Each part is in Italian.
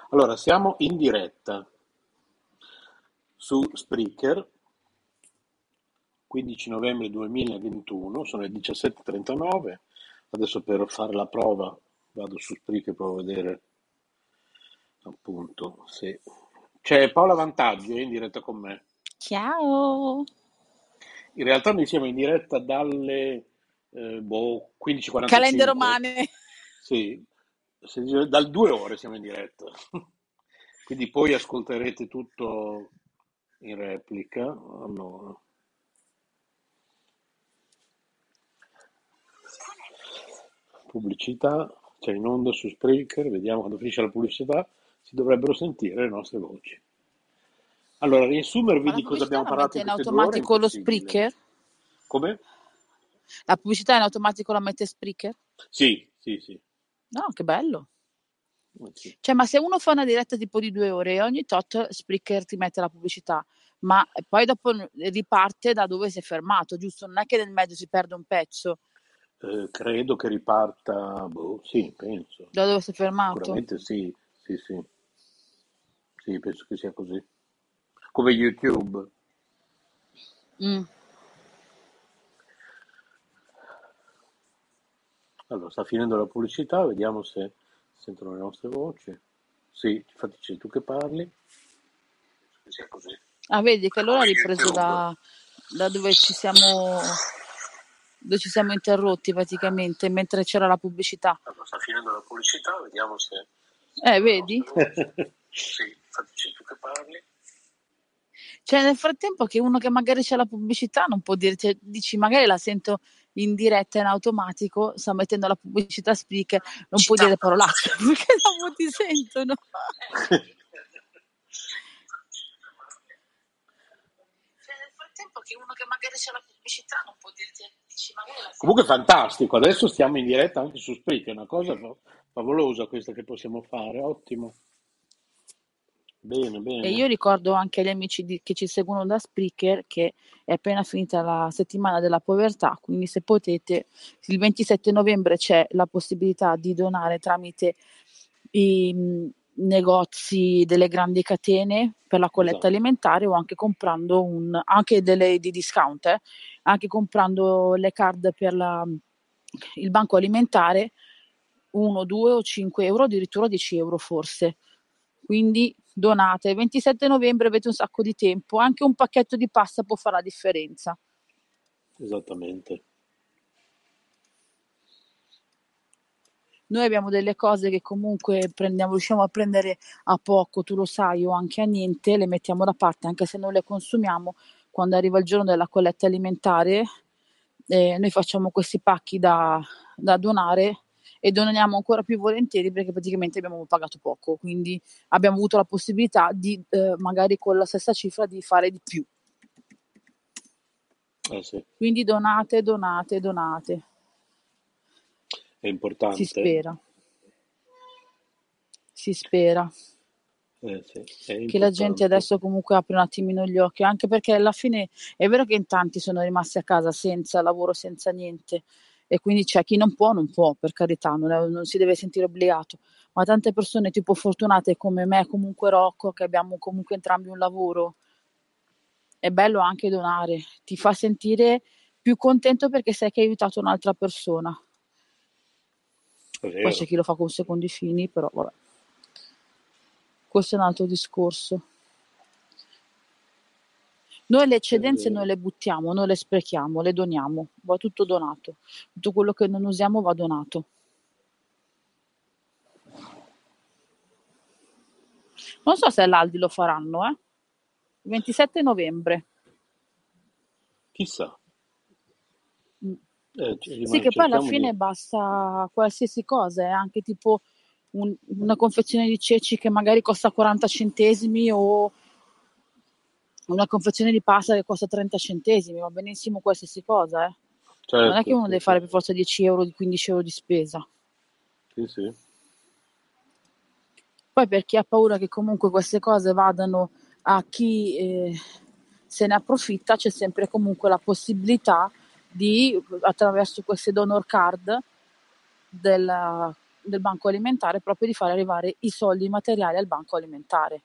Allora, siamo in diretta su Spreaker, 15 novembre 2021, sono le 17:39. Adesso per fare la prova vado su Spreaker e provo a vedere appunto se... C'è Paola Vantaggio in diretta con me. Ciao! In realtà noi siamo in diretta dalle Calende 15:45. romane. Sì, dal 2 ore siamo in diretta. Quindi poi ascolterete tutto in replica. Allora, pubblicità, c'è in onda su Spreaker, vediamo quando finisce la pubblicità, si dovrebbero sentire le nostre voci. Allora, riassumervi Ma la di cosa pubblicità abbiamo la parlato mette in in queste 2 ore è automatico lo impossibile. Spreaker? Come? La pubblicità in automatico la mette Spreaker? Sì, sì, sì. No, che bello. Sì. Cioè, ma se uno fa una diretta tipo di 2 ore e ogni tot Spreaker ti mette la pubblicità, ma poi dopo riparte da dove si è fermato, giusto? Non è che nel mezzo si perde un pezzo Credo che riparta, boh, sì, penso. da dove si è fermato. Sicuramente sì, sì, sì, sì, penso che sia così. Come YouTube. Mm. Allora, sta finendo la pubblicità, vediamo se sentono le nostre voci. Sì, infatti c'è tu che parli. Penso che sia così. Ah, vedi che allora ha Come ripreso YouTube. da dove ci siamo interrotti praticamente mentre c'era la pubblicità. Allora, sta finendo la pubblicità, vediamo se sentono le Vedi? nostre voci. Sì, infatti c'è tu che parli. Cioè, nel frattempo che uno che magari c'è la pubblicità non può dire, cioè, dici magari la sento in diretta in automatico, sta mettendo la pubblicità speaker, non può dire parolacce perché dopo ti sentono. Cioè, nel frattempo che uno che magari c'è la pubblicità non può dire, cioè, dici magari la sento. Comunque è fantastico, adesso stiamo in diretta anche su Spreaker, è una cosa favolosa questa che possiamo fare, ottimo. Bene, E io bene. ricordo anche agli amici che ci seguono da Spreaker che è appena finita la settimana della povertà, quindi se potete, il 27 novembre c'è la possibilità di donare tramite i negozi delle grandi catene per la colletta Esatto, alimentare o anche comprando anche di discount, anche comprando le card per il banco alimentare 1, 2 o 5 euro, addirittura 10 euro forse. Quindi donate. Il 27 novembre avete un sacco di tempo, anche un pacchetto di pasta può fare la differenza. esattamente. Noi abbiamo delle cose che comunque riusciamo a prendere a poco, tu lo sai, o anche a niente, le mettiamo da parte, anche se non le consumiamo. Quando arriva il giorno della colletta alimentare, noi facciamo questi pacchi da donare e doniamo ancora più volentieri perché praticamente abbiamo pagato poco, quindi abbiamo avuto la possibilità di magari con la stessa cifra di fare di più. Sì, Quindi donate, donate, donate. è Si importante. spera. Si spera Sì, è che la gente importante. adesso comunque apra un attimino gli occhi, anche perché alla fine è vero che in tanti sono rimasti a casa senza lavoro, senza niente, e quindi c'è chi non può, per carità, non si deve sentire obbligato, ma tante persone tipo fortunate come me, comunque Rocco, che abbiamo comunque entrambi un lavoro, è bello anche donare, ti fa sentire più contento perché sai che hai aiutato un'altra persona. È Poi c'è vero. chi lo fa con secondi fini, però vabbè. Questo è un altro discorso. Noi le È eccedenze non vero. le buttiamo, non le sprechiamo, le doniamo, va tutto donato. Tutto quello che non usiamo va donato. Non so se all'Aldi lo faranno, eh? 27 novembre. Chissà. Mm. Sì, che poi alla Cerchiamo di... fine basta qualsiasi cosa, anche tipo una confezione di ceci che magari costa 40 centesimi o una confezione di pasta che costa 30 centesimi, va benissimo qualsiasi cosa, eh. Non è che Certo, uno sì, deve sì. fare per forza 10 euro, 15 euro di spesa. Sì, sì. Poi per chi ha paura che comunque queste cose vadano a chi se ne approfitta, c'è sempre comunque la possibilità di, attraverso queste donor card del banco alimentare proprio di fare arrivare i soldi materiali al banco alimentare.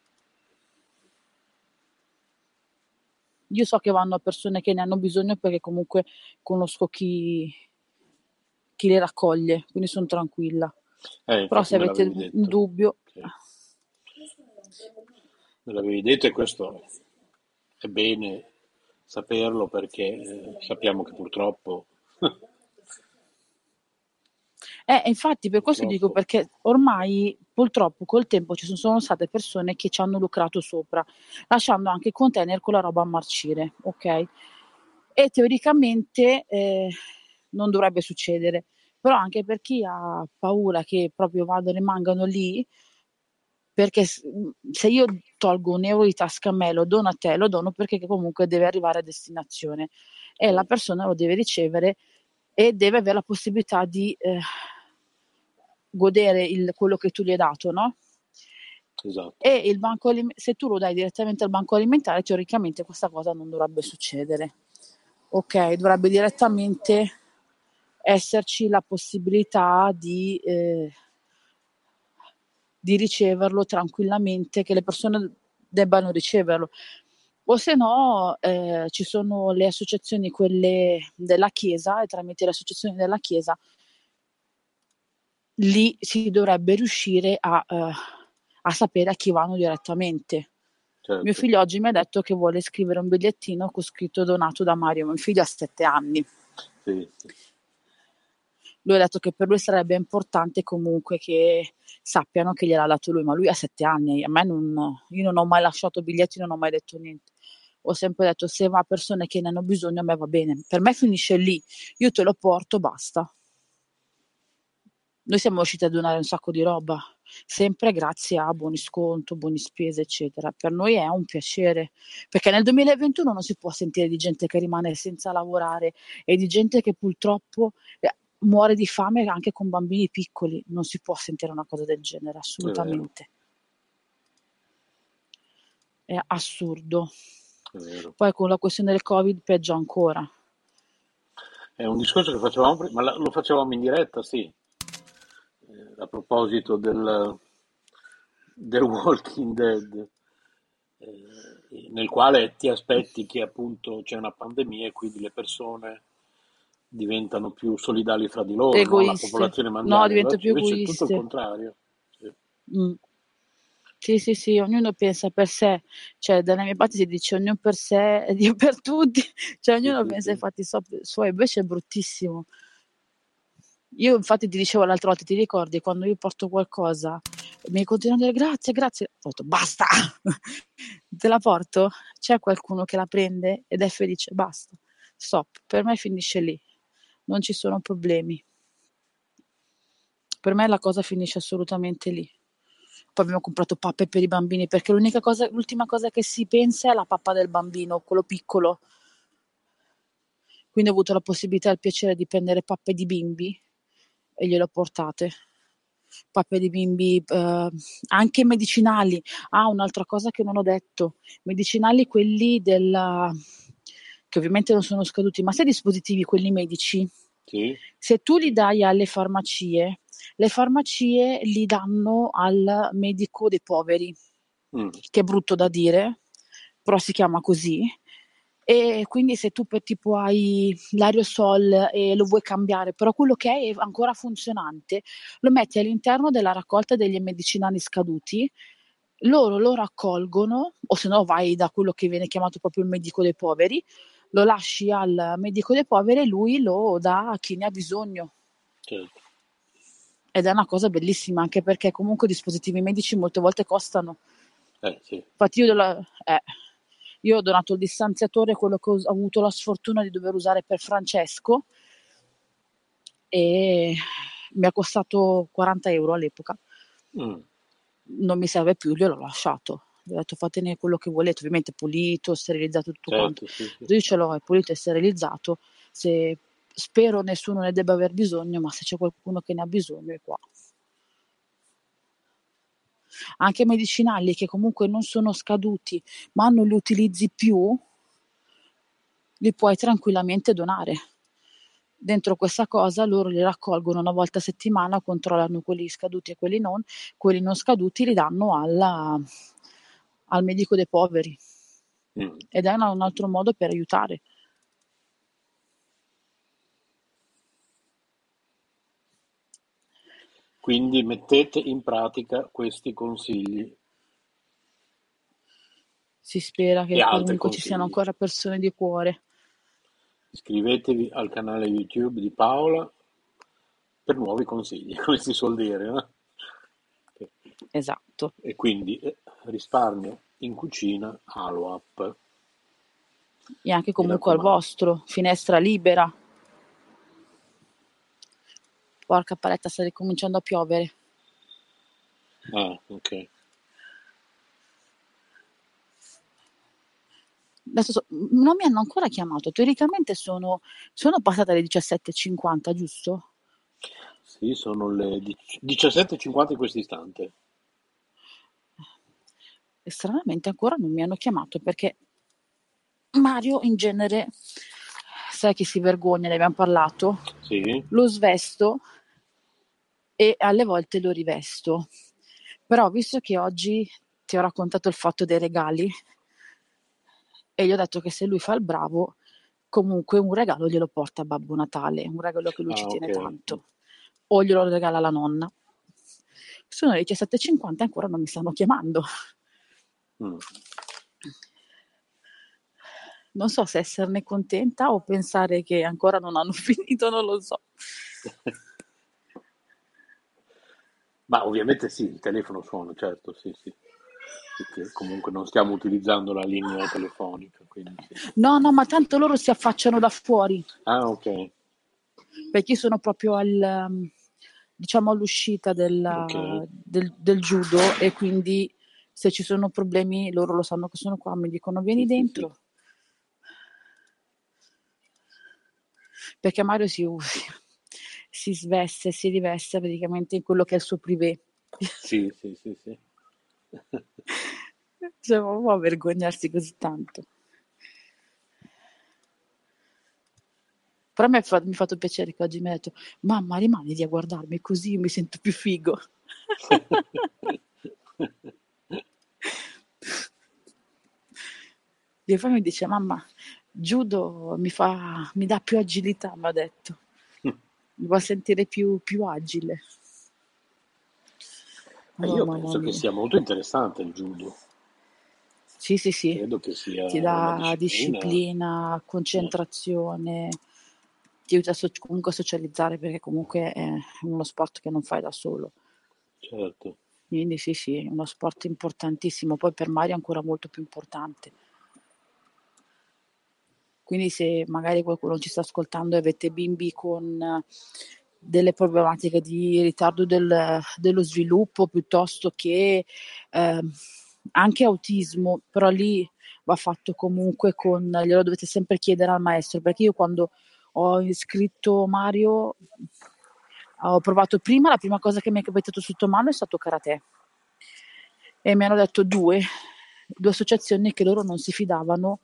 Io so che vanno a persone che ne hanno bisogno perché comunque conosco chi li raccoglie, quindi sono tranquilla. Però Infatti se me avete l'avevi un detto. dubbio, Sì. Me l'avevi detto e questo è bene saperlo perché sappiamo che purtroppo, infatti per questo dico, purtroppo, perché ormai purtroppo col tempo ci sono state persone che ci hanno lucrato sopra, lasciando anche i container con la roba a marcire, ok? E teoricamente non dovrebbe succedere, però anche per chi ha paura che proprio rimangano lì, perché se io tolgo un euro di tasca a me, lo dono a te, lo dono perché comunque deve arrivare a destinazione e la certo, persona lo deve ricevere e deve avere la possibilità di godere quello che tu gli hai dato, no? esatto, E se tu lo dai direttamente al banco alimentare, teoricamente questa cosa non dovrebbe succedere. Ok, dovrebbe direttamente esserci la possibilità di riceverlo tranquillamente, che le persone debbano riceverlo. O se no ci sono le associazioni, quelle della Chiesa, e tramite le associazioni della Chiesa lì si dovrebbe riuscire a sapere a chi vanno direttamente. Mio certo, figlio oggi mi ha detto che vuole scrivere un bigliettino con scritto donato da Mario, mio figlio ha 7 anni. sì, sì, Lui ha detto che per lui sarebbe importante comunque che sappiano che gliel'ha dato lui, ma lui ha 7 anni, io non ho mai lasciato biglietti, non ho mai detto niente. Ho sempre detto se va a persone che ne hanno bisogno a me va bene, per me finisce lì, io te lo porto, basta. Noi siamo riusciti a donare un sacco di roba, sempre grazie a buoni sconto, buoni spese, eccetera. Per noi è un piacere, perché nel 2021 non si può sentire di gente che rimane senza lavorare e di gente che purtroppo muore di fame anche con bambini piccoli. Non si può sentire una cosa del genere, è vero, assolutamente. È assurdo. è vero. Poi con la questione del Covid peggio ancora. È un discorso che facevamo prima, ma lo facevamo in diretta, sì, a proposito del Walking Dead, nel quale ti aspetti che appunto c'è una pandemia e quindi le persone diventano più solidali fra di loro, no? La Egoiste. popolazione No, mondiale, diventa più invece è tutto il egoiste. contrario. Sì, Mm. Sì, sì, sì, ognuno pensa per sé, cioè dalle mie parti si dice ognuno per sé e Dio per tutti, cioè sì, ognuno sì, pensa ai sì, fatti suoi, invece è bruttissimo. Io infatti ti dicevo l'altra volta, ti ricordi, quando io porto qualcosa, mi continuano a dire grazie, grazie, ho detto basta, te la porto, c'è qualcuno che la prende ed è felice, basta, stop, per me finisce lì, non ci sono problemi. Per me la cosa finisce assolutamente lì. Poi abbiamo comprato pappe per i bambini perché l'ultima cosa che si pensa è alla pappa del bambino, quello piccolo. Quindi ho avuto la possibilità e il piacere di prendere pappe di bimbi e gliele ho portate. Pappe di bimbi, anche medicinali. Ah, un'altra cosa che non ho detto. Medicinali quelli che ovviamente non sono scaduti, ma sai i dispositivi, quelli medici? sì, Se tu li dai alle farmacie, le farmacie li danno al medico dei poveri, mm, che è brutto da dire, però si chiama così. E quindi se tu per tipo hai l'aerosol e lo vuoi cambiare, però quello che è ancora funzionante, lo metti all'interno della raccolta degli medicinali scaduti, loro lo raccolgono, o se no vai da quello che viene chiamato proprio il medico dei poveri, lo lasci al medico dei poveri e lui lo dà a chi ne ha bisogno. certo, Ed è una cosa bellissima, anche perché comunque i dispositivi medici molte volte costano. sì, Infatti io ho donato il distanziatore, quello che ho avuto la sfortuna di dover usare per Francesco, e mi ha costato 40 euro all'epoca. mm, Non mi serve più, gliel'ho lasciato. Gli ho detto fatene quello che volete, ovviamente pulito, sterilizzato tutto quanto. certo, sì, sì. Io ce l'ho, è pulito e sterilizzato. Se, spero nessuno ne debba aver bisogno, ma se c'è qualcuno che ne ha bisogno è qua. Anche medicinali che comunque non sono scaduti, ma non li utilizzi più, li puoi tranquillamente donare. Dentro questa cosa loro li raccolgono una volta a settimana, controllano quelli scaduti e quelli non scaduti li danno al medico dei poveri. Mm. Ed è un altro modo per aiutare. Quindi mettete in pratica questi consigli Si spera e che altri comunque ci siano consigli. ancora persone di cuore. Iscrivetevi al canale YouTube di Paola per nuovi consigli, come si suol dire, no? Esatto. E quindi risparmio in cucina Aloap, E anche mi comunque al raccomando. vostro, finestra libera. Porca paletta, sta ricominciando a piovere. Ah, ok. Adesso non mi hanno ancora chiamato. Teoricamente sono passate le 17:50, giusto? Sì, sono le 17:50 in questo istante. E stranamente ancora non mi hanno chiamato perché Mario in genere, sai che si vergogna, ne abbiamo parlato, Sì? lo svesto e alle volte lo rivesto. Però visto che oggi ti ho raccontato il fatto dei regali e gli ho detto che se lui fa il bravo, comunque un regalo glielo porta a Babbo Natale, un regalo che lui ci Ah, ok. tiene tanto, o glielo regala la nonna. Sono le 17:50 e ancora non mi stanno chiamando. Mm. Non so se esserne contenta o pensare che ancora non hanno finito, non lo so. Ma ovviamente sì, il telefono suona, certo, sì, sì. Perché comunque non stiamo utilizzando la linea telefonica, quindi sì. No, no, ma tanto loro si affacciano da fuori, Ah, ok, perché io sono proprio diciamo all'uscita ok. del judo e quindi se ci sono problemi loro lo sanno che sono qua, mi dicono vieni Sì, sì, sì. dentro, perché Mario si sveste, si riveste praticamente in quello che è il suo privé. Sì, sì, sì, sì. Cioè, ma può vergognarsi così tanto. Però mi ha fatto piacere che oggi mi ha detto, mamma rimani a guardarmi così io mi sento più figo. E poi mi dice, mamma, judo mi dà più agilità, mi ha detto, mi fa sentire più agile. Oh, Io mamma penso che mia. sia molto interessante il judo. Sì, sì, sì, Credo che sia ti una dà disciplina. disciplina, concentrazione, ti aiuta comunque a socializzare perché comunque è uno sport che non fai da solo. Certo. Quindi sì, sì, è uno sport importantissimo, poi per Mario è ancora molto più importante. Quindi se magari qualcuno ci sta ascoltando e avete bimbi con delle problematiche di ritardo dello sviluppo piuttosto che anche autismo, però lì va fatto comunque glielo dovete sempre chiedere al maestro, perché io quando ho iscritto Mario ho provato prima, la prima cosa che mi è capitato sotto mano è stato karate e mi hanno detto due associazioni che loro non si fidavano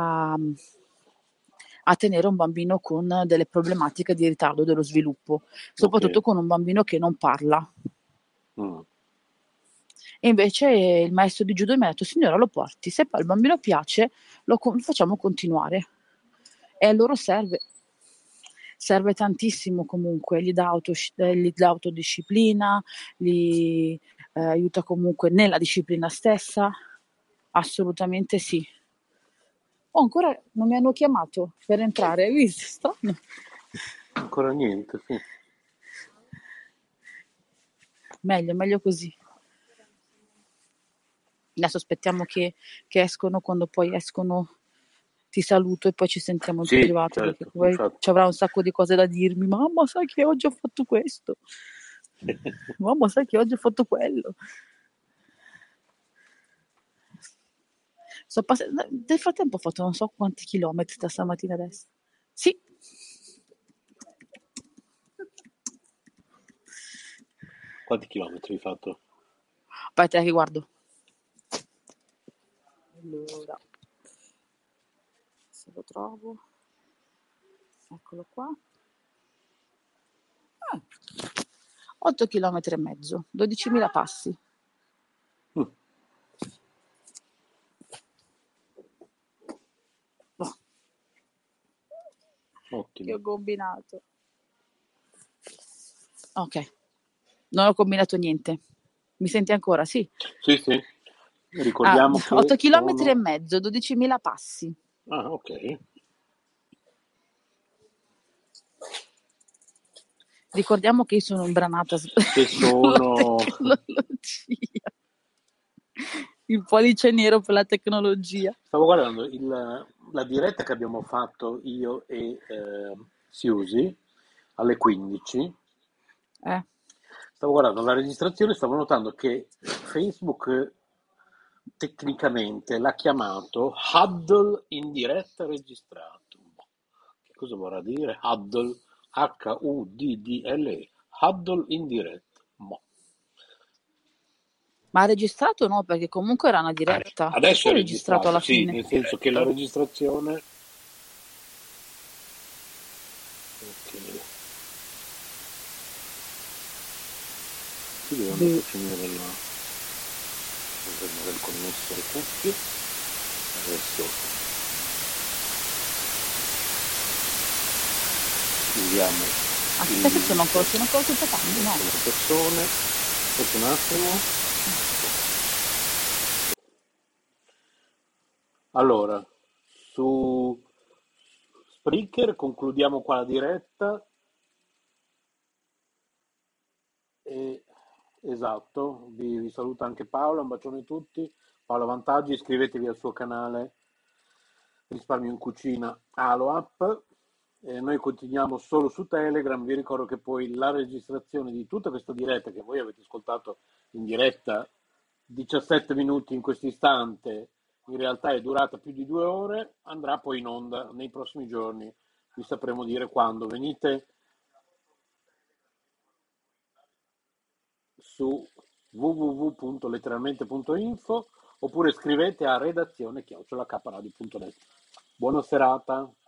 a tenere un bambino con delle problematiche di ritardo dello sviluppo, Ok. soprattutto con un bambino che non parla. Mm. E invece il maestro di judo mi ha detto, signora lo porti, se poi il bambino piace lo facciamo continuare. E a loro serve tantissimo comunque, gli dà autodisciplina, aiuta comunque nella disciplina stessa, assolutamente sì. Oh, ancora non mi hanno chiamato per entrare, hai visto? Strano. Ancora niente, sì. Meglio così. Adesso aspettiamo che escono, quando poi escono ti saluto e poi ci sentiamo in Sì, privato perché certo, poi infatti. ci avrà un sacco di cose da dirmi. Mamma, sai che oggi ho fatto questo? Mamma, sai che oggi ho fatto quello? Nel frattempo ho fatto non so quanti chilometri da stamattina adesso. Sì, Quanti chilometri hai fatto? aspetta che guardo. Allora, se lo trovo, eccolo qua. 8 chilometri e mezzo, 12.000 passi. Mm, Oh, che ottimo. ho combinato. Ok, non ho combinato niente. Mi senti ancora? Sì. Sì, sì. Ricordiamo 8 che chilometri e sono... mezzo, 12.000 passi. Ah, ok. Ricordiamo che io sono imbranata Che con la sono... tecnologia. Il pollice nero per la tecnologia. Stavo guardando la diretta che abbiamo fatto io e Siusi alle 15. Eh. Stavo guardando la registrazione e stavo notando che Facebook tecnicamente l'ha chiamato Huddle in diretta registrato. Boh, che cosa vorrà dire Huddle? Huddle, Huddle in diretta. Boh. Ma ha registrato no? Perché comunque era una diretta. Adesso Perché è ha registrato registrato, alla sì, fine? nel senso che la registrazione... Ok, qui devo andare a Boh. finire il connesso alle cuffie. Adesso chiudiamo Aspetta, sono ancora sono senza cambio, no? persone. Aspetta un attimo. Allora, su Spreaker concludiamo qua la diretta. E, esatto, vi saluta anche Paola, un bacione a tutti. Paola Vantaggi, iscrivetevi al suo canale Risparmio in Cucina Alo App. Noi continuiamo solo su Telegram. Vi ricordo che poi la registrazione di tutta questa diretta che voi avete ascoltato in diretta 17 minuti in questo istante, in realtà è durata più di 2 ore, andrà poi in onda nei prossimi giorni. Vi sapremo dire quando. Venite su www.letteralmente.info oppure scrivete a redazione@capradio.net. Buona serata.